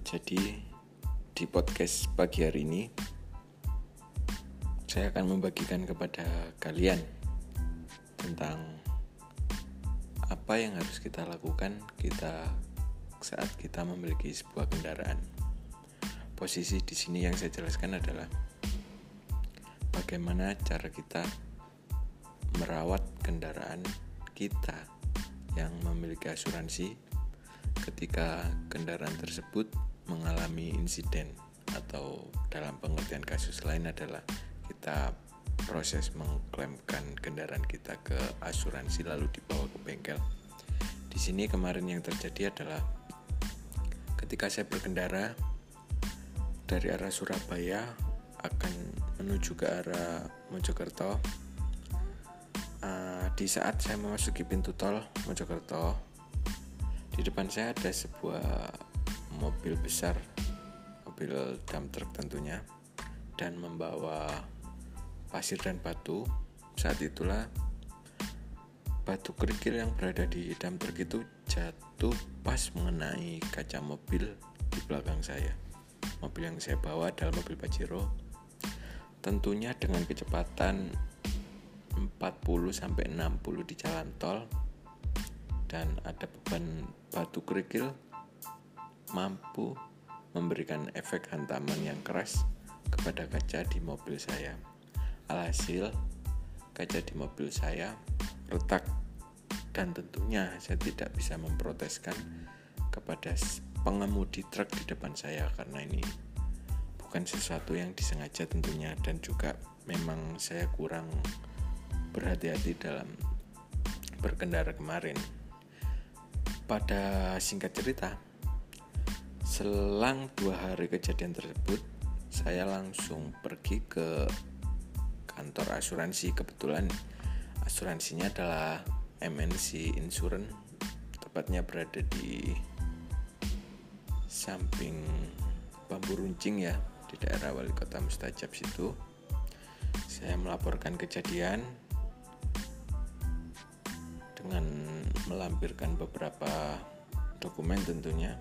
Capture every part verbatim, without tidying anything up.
Jadi di podcast pagi hari ini saya akan membagikan kepada kalian tentang apa yang harus kita lakukan kita saat kita memiliki sebuah kendaraan. Posisi di sini yang saya jelaskan adalah bagaimana cara kita merawat kendaraan kita yang memiliki asuransi ketika kendaraan tersebut mengalami insiden, atau dalam pengertian kasus lain adalah kita proses mengklaimkan kendaraan kita ke asuransi lalu dibawa ke bengkel. Di sini kemarin yang terjadi adalah ketika saya berkendara dari arah Surabaya akan menuju ke arah Mojokerto. Uh, di saat saya memasuki pintu tol Mojokerto, di depan saya ada sebuah mobil besar, mobil dump truck tentunya, dan membawa pasir dan batu. Saat itulah batu kerikil yang berada di dump truck itu jatuh pas mengenai kaca mobil di belakang saya. Mobil yang saya bawa adalah mobil Pajero, tentunya dengan kecepatan empat puluh sampai enam puluh di jalan tol, dan ada beban batu kerikil mampu memberikan efek hantaman yang keras kepada kaca di mobil saya. Alhasil kaca di mobil saya retak, dan tentunya saya tidak bisa memproteskan kepada pengemudi truk di depan saya karena ini bukan sesuatu yang disengaja tentunya, dan juga memang saya kurang berhati-hati dalam berkendara kemarin. Pada singkat cerita, selang dua hari kejadian tersebut, saya langsung pergi ke kantor asuransi. Kebetulan asuransinya adalah M N C Insurance, tepatnya berada di samping Bambu Runcing ya, di daerah Wali Kota Mustajab situ. Saya melaporkan kejadian dengan melampirkan beberapa dokumen, tentunya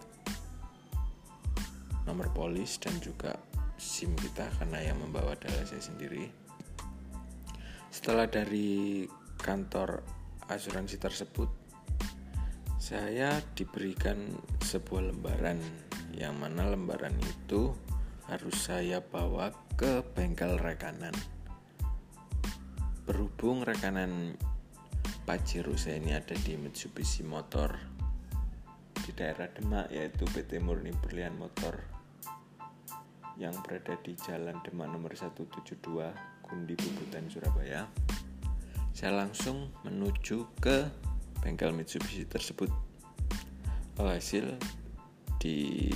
nomor polis dan juga SIM kita, karena yang membawa adalah saya sendiri. Setelah dari kantor asuransi tersebut, saya diberikan sebuah lembaran, yang mana lembaran itu harus saya bawa ke bengkel rekanan. Berhubung rekanan Pajero saya ini ada di Mitsubishi Motor di daerah Demak, yaitu P T Murni Berlian Motor yang berada di Jalan Demak nomor seratus tujuh puluh dua, Gundi Bubutan, Surabaya. Saya langsung menuju ke bengkel Mitsubishi tersebut. Alhasil di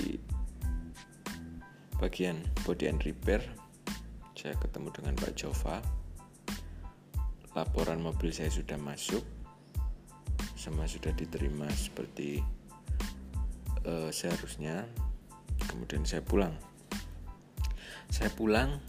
bagian body and repair saya ketemu dengan Pak Jova. Laporan mobil saya sudah masuk, semua sudah diterima seperti uh, seharusnya. Kemudian saya pulang. Saya pulang,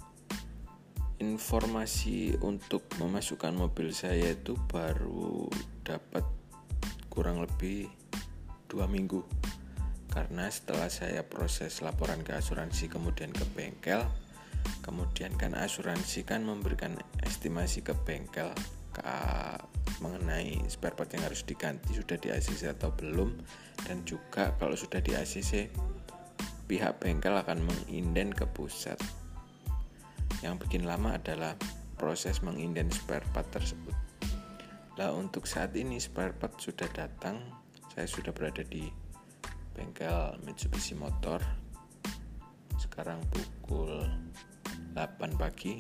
informasi untuk memasukkan mobil saya itu baru dapat kurang lebih dua minggu. Karena setelah saya proses laporan ke asuransi kemudian ke bengkel, kemudian kan asuransi kan memberikan estimasi ke bengkel ke, mengenai spare part yang harus diganti sudah di A C C atau belum, dan juga kalau sudah di A C C pihak bengkel akan menginden ke pusat. Yang bikin lama adalah proses menginden spare part tersebut. Lah untuk saat ini spare part sudah datang, saya sudah berada di bengkel Mitsubishi Motor. Sekarang pukul delapan pagi.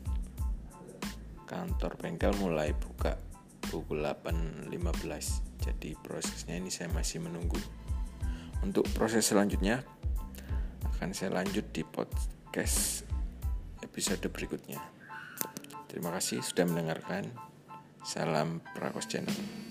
Kantor bengkel mulai buka pukul delapan lima belas. Jadi prosesnya ini saya masih menunggu. Untuk proses selanjutnya akan saya lanjut di podcast episode berikutnya. Terima kasih sudah mendengarkan. Salam Prakos Channel.